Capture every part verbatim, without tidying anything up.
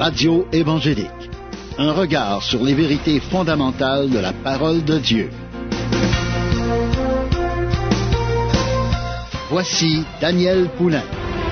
Radio évangélique. Un regard sur les vérités fondamentales de la parole de Dieu. Voici Daniel Poulain.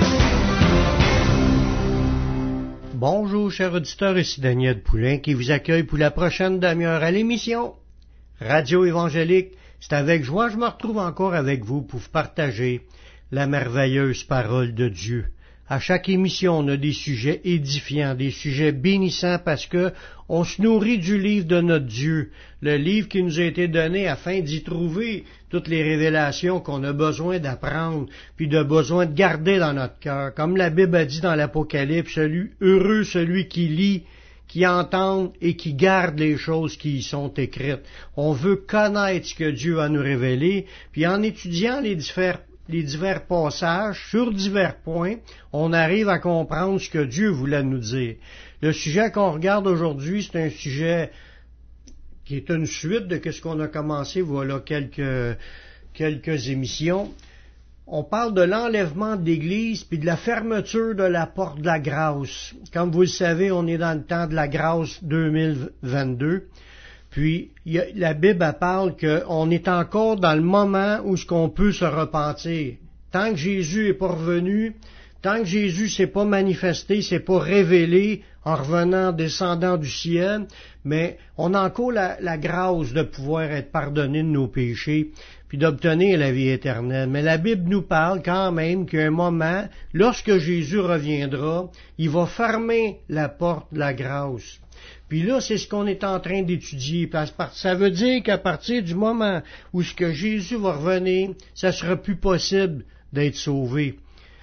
Bonjour, chers auditeurs, ici Daniel Poulain qui vous accueille pour la prochaine demi-heure à l'émission Radio évangélique. C'est avec joie que je me retrouve encore avec vous pour vous partager la merveilleuse parole de Dieu. À chaque émission, on a des sujets édifiants, des sujets bénissants parce que on se nourrit du livre de notre Dieu, le livre qui nous a été donné afin d'y trouver toutes les révélations qu'on a besoin d'apprendre, puis de besoin de garder dans notre cœur. Comme la Bible a dit dans l'Apocalypse, celui, heureux celui qui lit, qui entend et qui garde les choses qui y sont écrites. On veut connaître ce que Dieu va nous révéler, puis en étudiant les divers les divers passages, sur divers points, on arrive à comprendre ce que Dieu voulait nous dire. Le sujet qu'on regarde aujourd'hui, c'est un sujet qui est une suite de ce qu'on a commencé, voilà quelques, quelques émissions. On parle de l'enlèvement de l'Église puis de la fermeture de la porte de la grâce. Comme vous le savez, on est dans le temps de la grâce deux mille vingt-deux. Puis, il y a, la Bible elle parle qu'on est encore dans le moment où ce qu'on peut se repentir. Tant que Jésus est pas revenu, tant que Jésus s'est pas manifesté, s'est pas révélé en revenant, descendant du ciel, mais on a encore la, la grâce de pouvoir être pardonné de nos péchés, puis d'obtenir la vie éternelle. Mais la Bible nous parle quand même qu'à un moment, lorsque Jésus reviendra, il va fermer la porte de la grâce. Puis là, c'est ce qu'on est en train d'étudier. Ça veut dire qu'à partir du moment où ce que Jésus va revenir, ça sera plus possible d'être sauvé.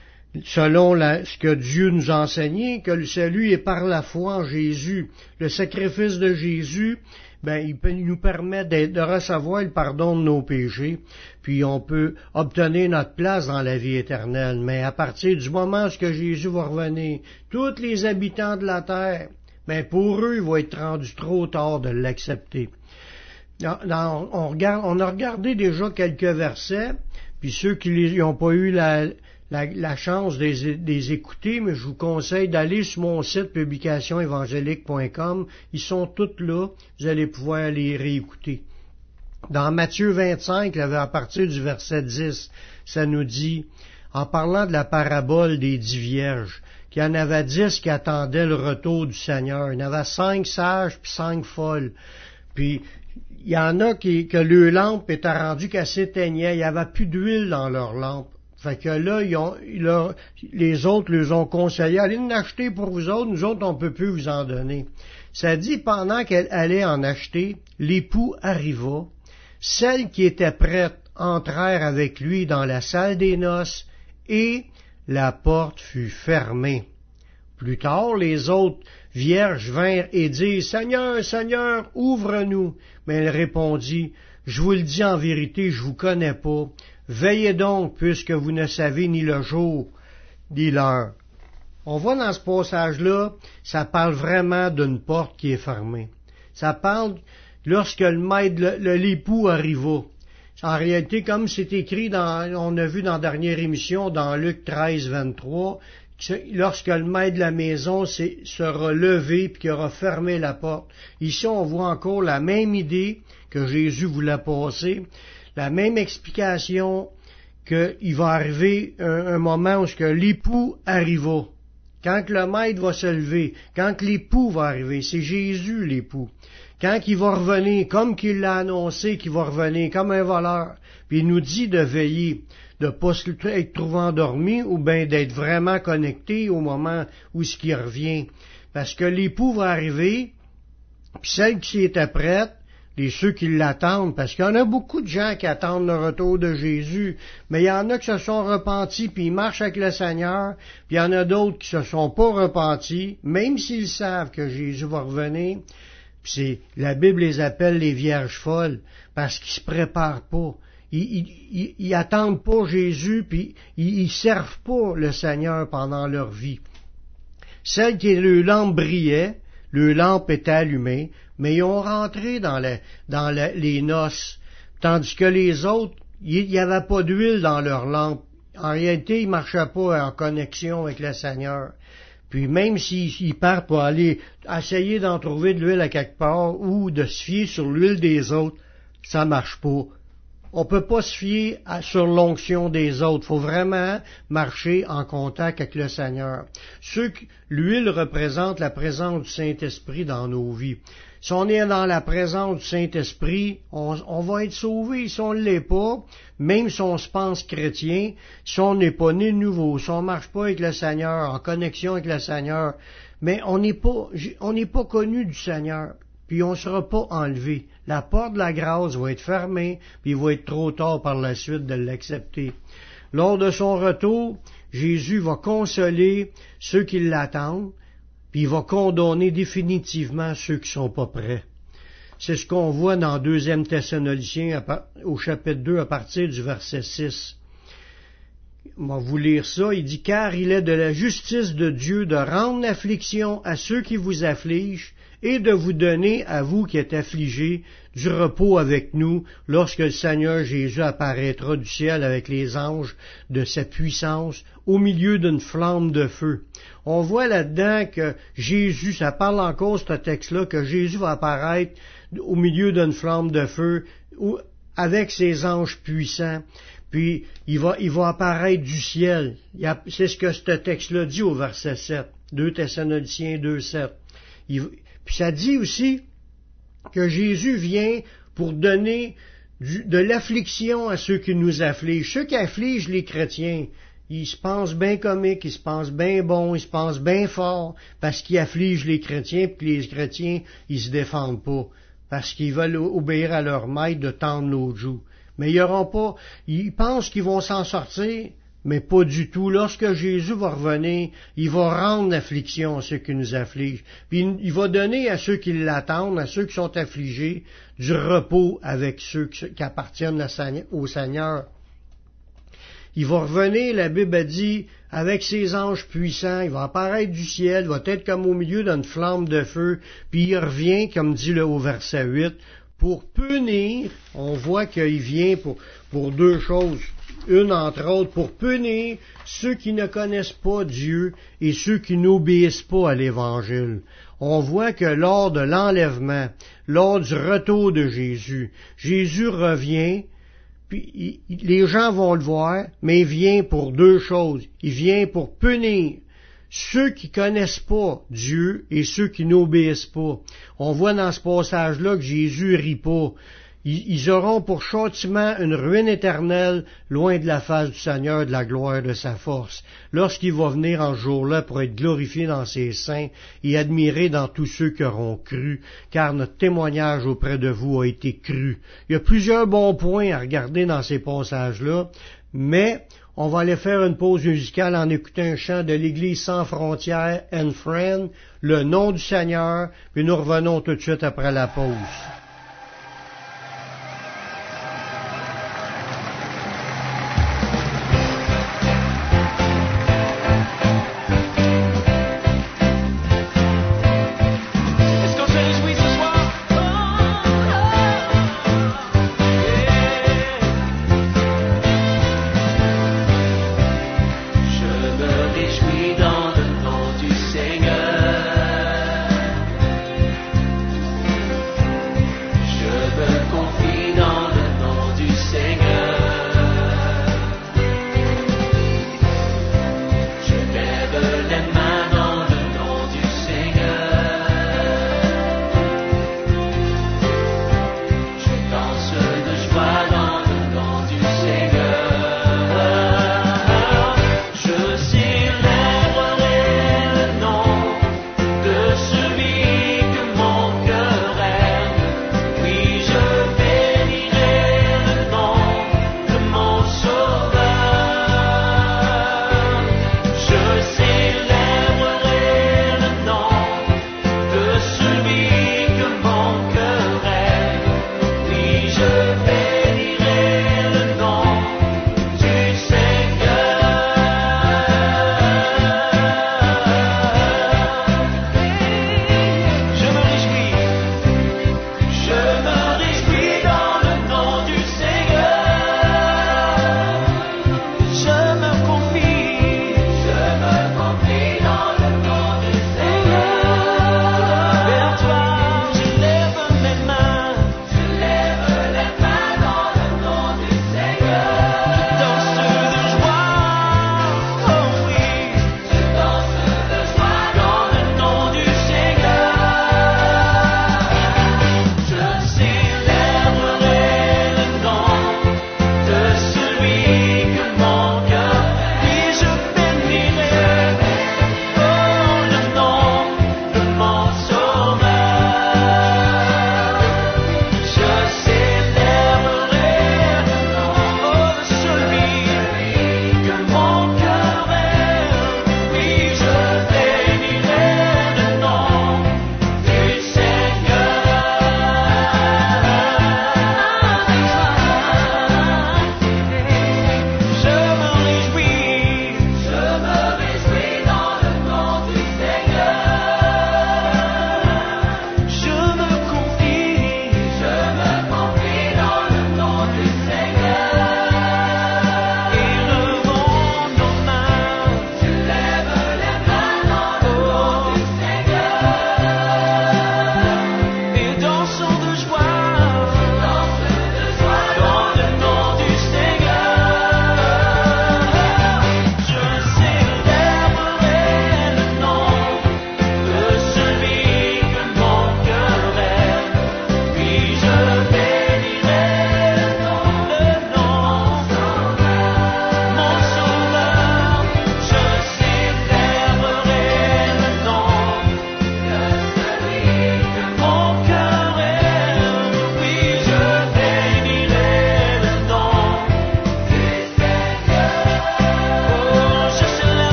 Selon la, ce que Dieu nous a enseigné, que le salut est par la foi en Jésus. Le sacrifice de Jésus, ben, il, peut, il nous permet de, de recevoir le pardon de nos péchés, puis on peut obtenir notre place dans la vie éternelle. Mais à partir du moment où ce que Jésus va revenir, tous les habitants de la terre, mais pour eux, il va être rendu trop tard de l'accepter. Dans, dans, on, regarde, on a regardé déjà quelques versets, puis ceux qui n'ont pas eu la, la, la chance de les écouter, mais je vous conseille d'aller sur mon site publication évangélique point com. Ils sont tous là, vous allez pouvoir les réécouter. Dans Matthieu vingt-cinq, à partir du verset dix, ça nous dit, en parlant de la parabole des dix vierges, qu'il y en avait dix qui attendaient le retour du Seigneur. Il y en avait cinq sages puis cinq folles. Puis, il y en a qui, que leur lampe était rendue qu'elle s'éteignait. Il n'y avait plus d'huile dans leur lampe. Fait que là, ils ont, ils leur, les autres les ont conseillé, allez en acheter pour vous autres, nous autres, on peut plus vous en donner. Ça dit, pendant qu'elle allait en acheter, l'époux arriva. Celles qui étaient prêtes entrèrent avec lui dans la salle des noces et la porte fut fermée. Plus tard, les autres vierges vinrent et dirent, « Seigneur, Seigneur, ouvre-nous. » Mais elle répondit, « Je vous le dis en vérité, je vous connais pas. Veillez donc, puisque vous ne savez ni le jour, ni l'heure. » On voit dans ce passage-là, ça parle vraiment d'une porte qui est fermée. Ça parle lorsque le maître, le, le, l'époux arriva. En réalité, comme c'est écrit dans, on a vu dans la dernière émission, dans Luc treize, vingt-trois, lorsque le maître de la maison sera levé puis qu'il aura fermé la porte. Ici, on voit encore la même idée que Jésus voulait passer, la même explication qu'il va arriver un, un moment où ce que l'époux arriva. Quand que le maître va se lever, quand que l'époux va arriver, c'est Jésus l'époux. Quand il va revenir, comme qu'il l'a annoncé qu'il va revenir, comme un voleur, puis il nous dit de veiller, de ne pas être trouvé endormi ou bien d'être vraiment connecté au moment où ce qui revient. Parce que l'époux va arriver, puis celles qui étaient prêtes, les ceux qui l'attendent, parce qu'il y en a beaucoup de gens qui attendent le retour de Jésus, mais il y en a qui se sont repentis, puis ils marchent avec le Seigneur, puis il y en a d'autres qui se sont pas repentis, même s'ils savent que Jésus va revenir. C'est, la Bible les appelle les vierges folles, parce qu'ils se préparent pas. Ils, ils, ils, ils attendent pas Jésus, puis ils, ils servent pas le Seigneur pendant leur vie. Celles qui, le lampe brillait, le lampe était allumée, mais ils ont rentré dans, la, dans la, les noces, tandis que les autres, il n'y avait pas d'huile dans leur lampe. En réalité, ils ne marchaient pas en connexion avec le Seigneur. Puis même s'ils partent pour aller essayer d'en trouver de l'huile à quelque part ou de se fier sur l'huile des autres, ça marche pas. On peut pas se fier à, sur l'onction des autres. Il faut vraiment marcher en contact avec le Seigneur. Ceux qui, l'huile représente la présence du Saint-Esprit dans nos vies. Si on est dans la présence du Saint-Esprit, on, on va être sauvé. Si on ne l'est pas, même si on se pense chrétien, si on n'est pas né de nouveau, si on ne marche pas avec le Seigneur, en connexion avec le Seigneur, mais on n'est pas, on n'est pas connu du Seigneur, puis on ne sera pas enlevé. La porte de la grâce va être fermée, puis il va être trop tard par la suite de l'accepter. Lors de son retour, Jésus va consoler ceux qui l'attendent, puis il va condamner définitivement ceux qui sont pas prêts. C'est ce qu'on voit dans deuxième Thessaloniciens au chapitre deux à partir du verset six. On va vous lire ça. Il dit, car il est de la justice de Dieu de rendre l'affliction à ceux qui vous affligent et de vous donner à vous qui êtes affligés du repos avec nous lorsque le Seigneur Jésus apparaîtra du ciel avec les anges de sa puissance au milieu d'une flamme de feu. On voit là-dedans que Jésus, ça parle encore ce texte-là, que Jésus va apparaître au milieu d'une flamme de feu avec ses anges puissants. Puis il va, il va apparaître du ciel. C'est ce que ce texte-là dit au verset sept, deux Thessaloniciens deux, sept. Il, puis ça dit aussi que Jésus vient pour donner du, de l'affliction à ceux qui nous affligent. Ceux qui affligent les chrétiens, ils se pensent bien comiques, ils se pensent bien bons, ils se pensent bien forts, parce qu'ils affligent les chrétiens, puis les chrétiens, ils se défendent pas, parce qu'ils veulent obéir à leur maître de tendre l'autre joue. Mais ils auront pas, ils pensent qu'ils vont s'en sortir, mais pas du tout. Lorsque Jésus va revenir, il va rendre l'affliction à ceux qui nous affligent. Puis il va donner à ceux qui l'attendent, à ceux qui sont affligés, du repos avec ceux qui appartiennent au Seigneur. Il va revenir, la Bible a dit, avec ses anges puissants, il va apparaître du ciel, il va être comme au milieu d'une flamme de feu, puis il revient, comme dit le, au verset huit, pour punir. On voit qu'il vient pour, pour deux choses. Une, entre autres, pour punir ceux qui ne connaissent pas Dieu et ceux qui n'obéissent pas à l'Évangile. On voit que lors de l'enlèvement, lors du retour de Jésus, Jésus revient, puis il, les gens vont le voir, mais il vient pour deux choses. Il vient pour punir ceux qui connaissent pas Dieu et ceux qui n'obéissent pas. On voit dans ce passage-là que Jésus rit pas. Ils auront pour châtiment une ruine éternelle, loin de la face du Seigneur, de la gloire de sa force, lorsqu'il va venir en ce jour-là pour être glorifié dans ses saints et admiré dans tous ceux qui auront cru, car notre témoignage auprès de vous a été cru. Il y a plusieurs bons points à regarder dans ces passages-là, mais on va aller faire une pause musicale en écoutant un chant de l'Église sans frontières, and Friend, le nom du Seigneur, puis nous revenons tout de suite après la pause. Seigneur.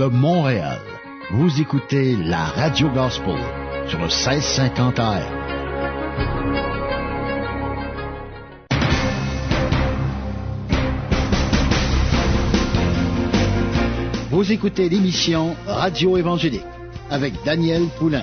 Montréal. Vous écoutez la Radio Gospel sur le seize cinquante A M. Vous écoutez l'émission Radio Évangélique avec Daniel Poulain.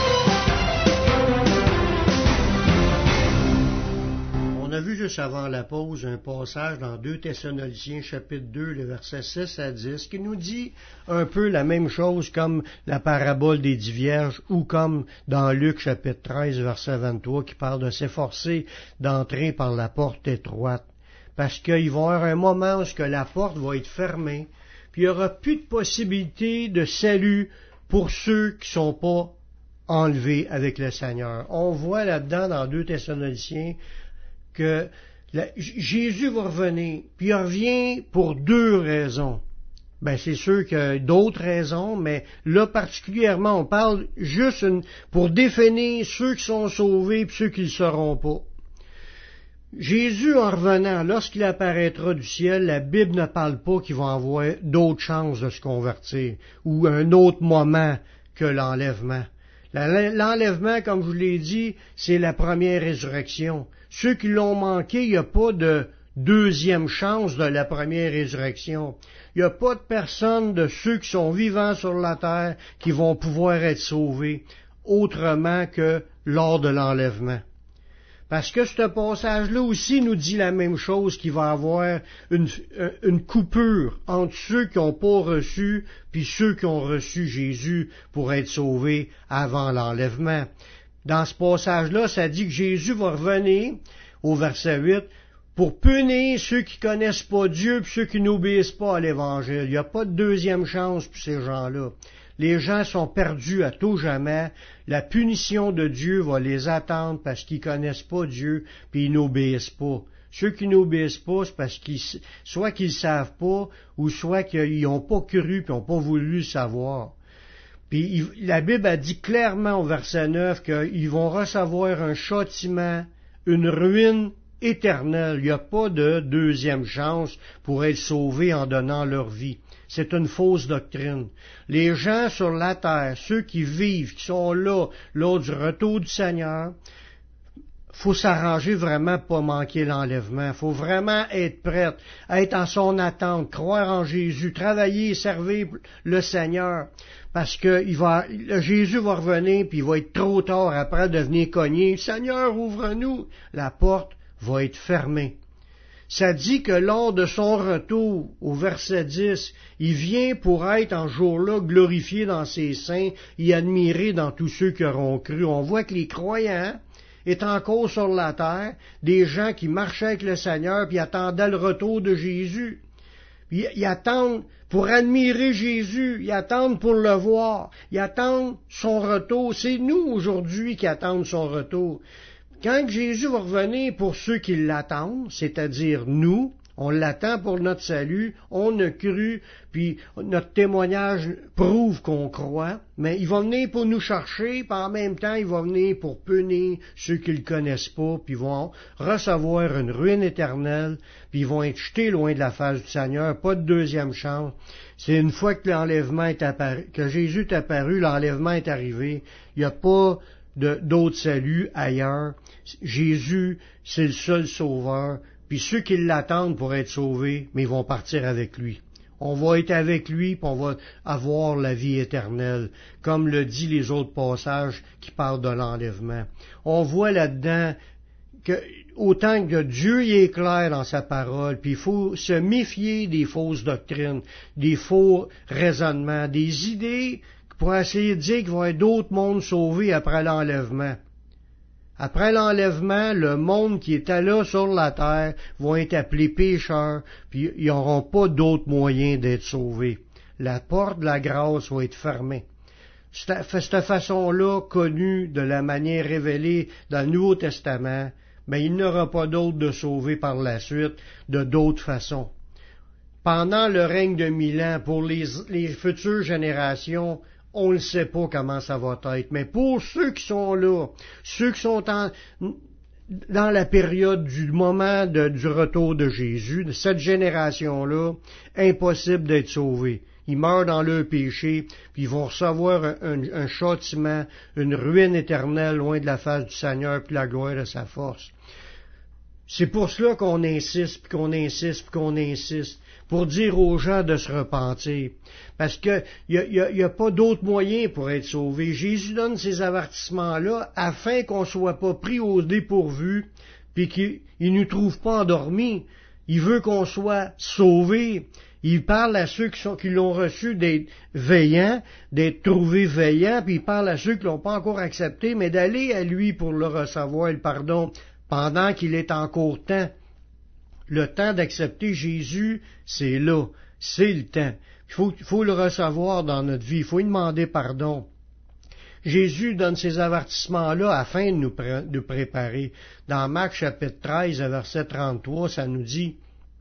On a vu juste avant la pause un passage dans deux Thessaloniciens chapitre deux, le verset six à dix, qui nous dit un peu la même chose comme la parabole des dix vierges ou comme dans Luc chapitre treize, verset vingt-trois, qui parle de s'efforcer d'entrer par la porte étroite. Parce qu'il va y avoir un moment où que la porte va être fermée, puis il n'y aura plus de possibilité de salut pour ceux qui ne sont pas enlevés avec le Seigneur. On voit là-dedans, dans deux Thessaloniciens, que la, Jésus va revenir, puis il revient pour deux raisons. Ben, c'est sûr qu'il y a d'autres raisons, mais là, particulièrement, on parle juste une, pour définir ceux qui sont sauvés et ceux qui ne le seront pas. Jésus, en revenant, lorsqu'il apparaîtra du ciel, la Bible ne parle pas qu'il va avoir d'autres chances de se convertir, ou un autre moment que l'enlèvement. L'enlèvement, comme je vous l'ai dit, c'est la première résurrection. Ceux qui l'ont manqué, il n'y a pas de deuxième chance de la première résurrection. Il n'y a pas de personne de ceux qui sont vivants sur la terre qui vont pouvoir être sauvés autrement que lors de l'enlèvement. Parce que ce passage-là aussi nous dit la même chose, qu'il va y avoir une, une coupure entre ceux qui n'ont pas reçu puis ceux qui ont reçu Jésus pour être sauvés avant l'enlèvement. Dans ce passage-là, ça dit que Jésus va revenir, au verset huit, pour punir ceux qui connaissent pas Dieu puis ceux qui n'obéissent pas à l'Évangile. Il n'y a pas de deuxième chance pour ces gens-là. Les gens sont perdus à tout jamais. La punition de Dieu va les attendre parce qu'ils connaissent pas Dieu puis ils n'obéissent pas. Ceux qui n'obéissent pas, c'est parce qu'ils, soit qu'ils savent pas, ou soit qu'ils n'ont pas cru puis n'ont pas voulu le savoir. Puis la Bible a dit clairement au verset neuf qu'ils vont recevoir un châtiment, une ruine éternelle. Il n'y a pas de deuxième chance pour être sauvés en donnant leur vie. C'est une fausse doctrine. Les gens sur la terre, ceux qui vivent, qui sont là, lors du retour du Seigneur, faut s'arranger vraiment pour pas manquer l'enlèvement. Faut vraiment être prêt, être en son attente, croire en Jésus, travailler et servir le Seigneur. Parce que il va, Jésus va revenir, puis il va être trop tard après de venir cogner. Seigneur, ouvre-nous. La porte va être fermée. Ça dit que lors de son retour, au verset dix, il vient pour être en jour-là glorifié dans ses saints et admiré dans tous ceux qui auront cru. On voit que les croyants est encore sur la terre, des gens qui marchaient avec le Seigneur puis attendaient le retour de Jésus. Puis, ils attendent pour admirer Jésus, ils attendent pour le voir, ils attendent son retour. C'est nous aujourd'hui qui attendons son retour. Quand Jésus va revenir pour ceux qui l'attendent, c'est-à-dire nous, on l'attend pour notre salut, on a cru, puis notre témoignage prouve qu'on croit, mais il va venir pour nous chercher, puis en même temps, il va venir pour punir ceux qui ne le connaissent pas, puis ils vont recevoir une ruine éternelle, puis ils vont être jetés loin de la face du Seigneur, pas de deuxième chance. C'est une fois que l'enlèvement est apparu, que Jésus est apparu, l'enlèvement est arrivé, il n'y a pas de, d'autres saluts ailleurs. Jésus, c'est le seul sauveur, puis ceux qui l'attendent pour être sauvés, mais ils vont partir avec lui. On va être avec lui, puis on va avoir la vie éternelle, comme le dit les autres passages qui parlent de l'enlèvement. On voit là-dedans que autant que Dieu y est clair dans sa parole, puis il faut se méfier des fausses doctrines, des faux raisonnements, des idées pour essayer de dire qu'il va y avoir d'autres mondes sauvés après l'enlèvement. Après l'enlèvement, le monde qui était là sur la terre vont être appelés pécheurs, puis ils n'auront pas d'autres moyens d'être sauvés. La porte de la grâce va être fermée. Cette façon-là, connue de la manière révélée dans le Nouveau Testament, mais il n'y aura pas d'autre de sauver par la suite de d'autres façons. Pendant le règne de mille ans, pour les, les futures générations, on ne sait pas comment ça va être, mais pour ceux qui sont là, ceux qui sont en, dans la période du moment de, du retour de Jésus, de cette génération-là, impossible d'être sauvé. ils meurent dans leur péché, puis ils vont recevoir un, un, un châtiment, une ruine éternelle loin de la face du Seigneur, puis la gloire de sa force. C'est pour cela qu'on insiste, puis qu'on insiste, puis qu'on insiste, pour dire aux gens de se repentir. Parce que il y a, y a pas d'autre moyen pour être sauvé. Jésus donne ces avertissements-là afin qu'on soit pas pris au dépourvu, puis qu'il ne nous trouve pas endormis. Il veut qu'on soit sauvés. Il parle à ceux qui, sont, qui l'ont reçu d'être veillants, d'être trouvés veillants, puis il parle à ceux qui l'ont pas encore accepté, mais d'aller à lui pour le recevoir, le pardon, pendant qu'il est encore temps. Le temps d'accepter Jésus, c'est là, c'est le temps. Il faut, il faut le recevoir dans notre vie, il faut lui demander pardon. Jésus donne ces avertissements-là afin de nous, pré- de préparer. Dans Marc chapitre treize, verset trente-trois, ça nous dit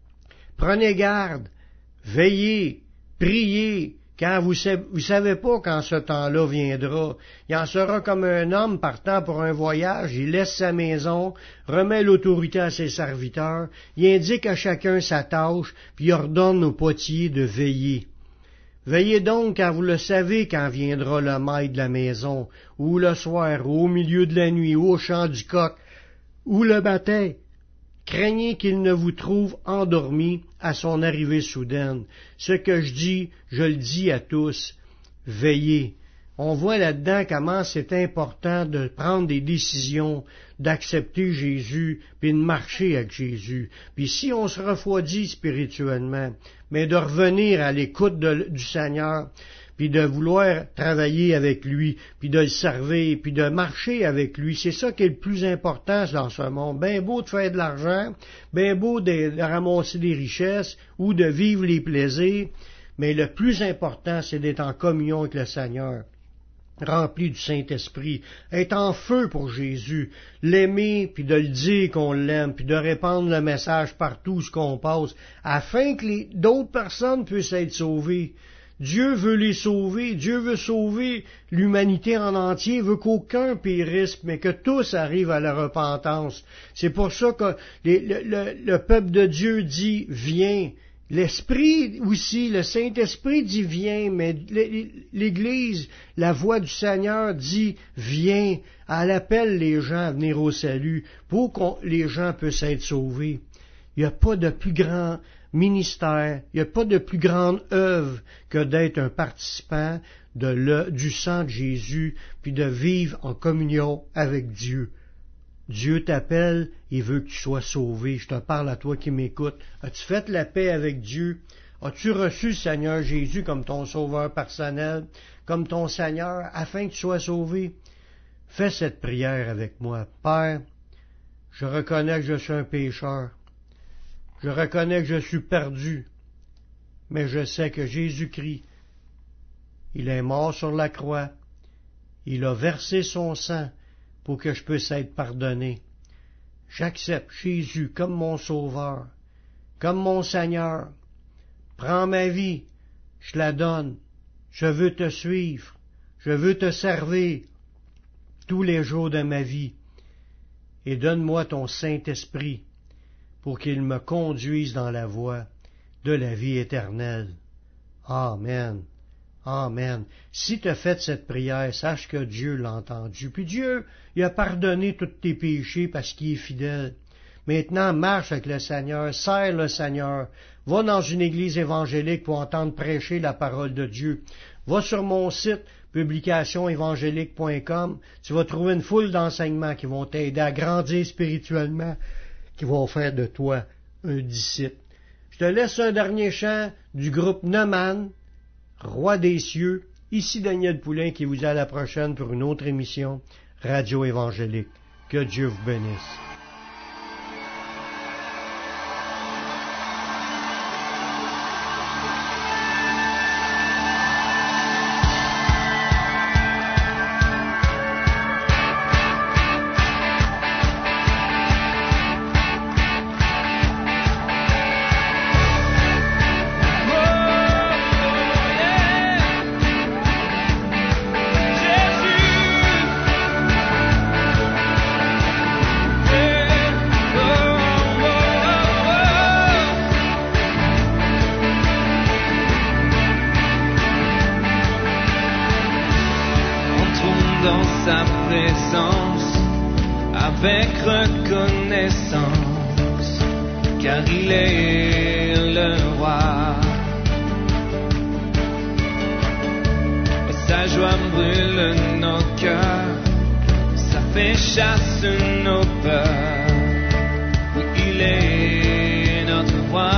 « Prenez garde, veillez, priez, car vous savez, vous savez pas quand ce temps-là viendra. Il en sera comme un homme partant pour un voyage, il laisse sa maison, remet l'autorité à ses serviteurs, il indique à chacun sa tâche, puis il ordonne aux potiers de veiller. Veillez donc, car vous le savez quand viendra le maître de la maison, ou le soir, ou au milieu de la nuit, ou au chant du coq, ou le matin. Craignez qu'il ne vous trouve endormis à son arrivée soudaine. Ce que je dis, je le dis à tous. Veillez. On voit là-dedans comment c'est important de prendre des décisions, d'accepter Jésus, puis de marcher avec Jésus. Puis si on se refroidit spirituellement, mais de revenir à l'écoute de, du Seigneur, puis de vouloir travailler avec lui, puis de le servir, puis de marcher avec lui. C'est ça qui est le plus important dans ce monde. Ben beau de faire de l'argent, ben beau de, de ramasser des richesses ou de vivre les plaisirs, mais le plus important, c'est d'être en communion avec le Seigneur, rempli du Saint-Esprit, être en feu pour Jésus, l'aimer, puis de le dire qu'on l'aime, puis de répandre le message partout où ce qu'on passe, afin que les, d'autres personnes puissent être sauvées. Dieu veut les sauver, Dieu veut sauver l'humanité en entier, veut qu'aucun périsse, mais que tous arrivent à la repentance. C'est pour ça que les, le, le, le peuple de Dieu dit « Viens ». L'Esprit aussi, le Saint-Esprit dit « Viens », mais l'Église, la voix du Seigneur dit « Viens ». Elle appelle les gens à venir au salut pour que les gens puissent être sauvés. Il n'y a pas de plus grand ministère, il n'y a pas de plus grande œuvre que d'être un participant de le, du sang de Jésus, puis de vivre en communion avec Dieu. Dieu t'appelle, il veut que tu sois sauvé. Je te parle à toi qui m'écoutes. As-tu fait la paix avec Dieu? As-tu reçu le Seigneur Jésus comme ton sauveur personnel, comme ton Seigneur, afin que tu sois sauvé? Fais cette prière avec moi. Père, je reconnais que je suis un pécheur. Je reconnais que je suis perdu, mais je sais que Jésus-Christ, il est mort sur la croix, il a versé son sang pour que je puisse être pardonné. J'accepte Jésus comme mon sauveur, comme mon Seigneur. Prends ma vie, je la donne. Je veux te suivre, je veux te servir tous les jours de ma vie. Et donne-moi ton Saint-Esprit, pour qu'il me conduise dans la voie de la vie éternelle. Amen. Amen. Si tu as fait cette prière, sache que Dieu l'a entendu. Puis Dieu, il a pardonné tous tes péchés parce qu'il est fidèle. Maintenant, marche avec le Seigneur, sers le Seigneur. Va dans une église évangélique pour entendre prêcher la parole de Dieu. Va sur mon site, publication évangélique point com. Tu vas trouver une foule d'enseignements qui vont t'aider à grandir spirituellement, qui vont faire de toi un disciple. Je te laisse un dernier chant du groupe Neumann, Roi des cieux. Ici Daniel Poulain qui vous dit à la prochaine pour une autre émission Radio Évangélique. Que Dieu vous bénisse. Jésus, sa présence avec reconnaissance, car il est le roi. Et sa joie brûle nos cœurs, ça fait chasse nos peurs. Oui, il est notre roi.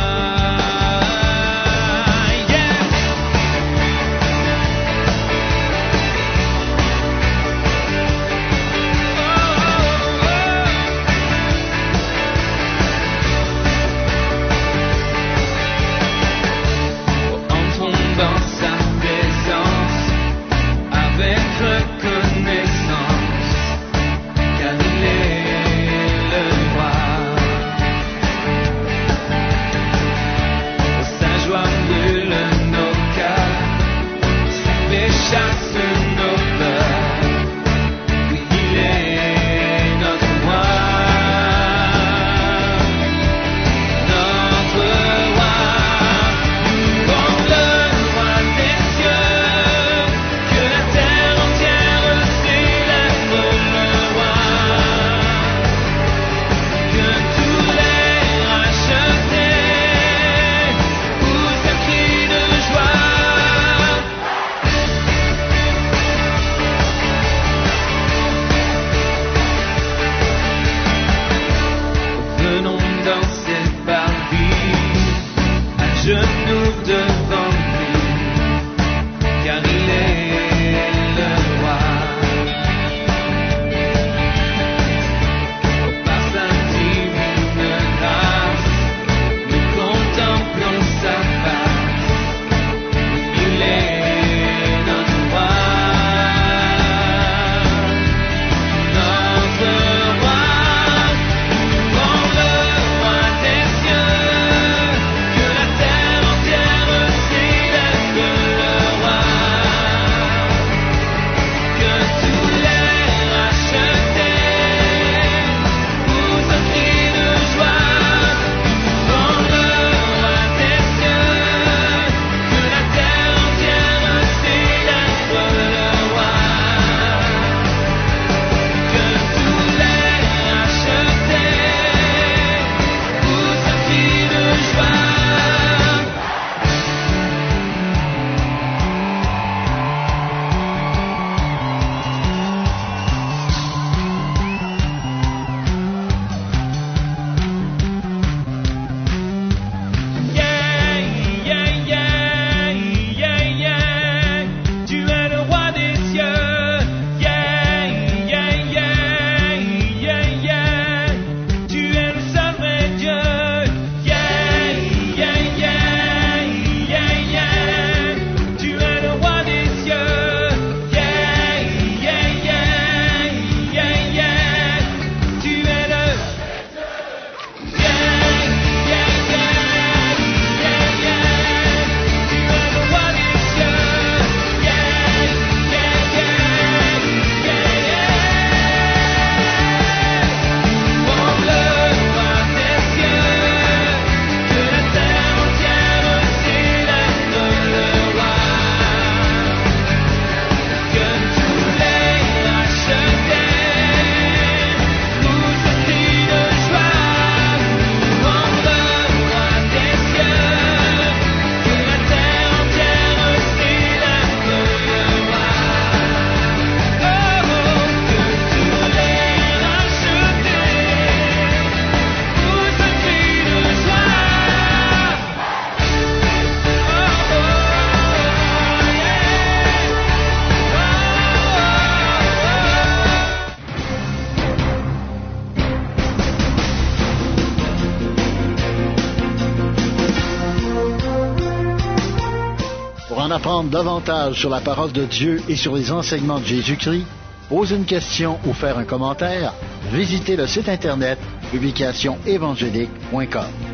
Pour en apprendre davantage sur la parole de Dieu et sur les enseignements de Jésus-Christ, poser une question ou faire un commentaire, visitez le site internet publication évangélique point com.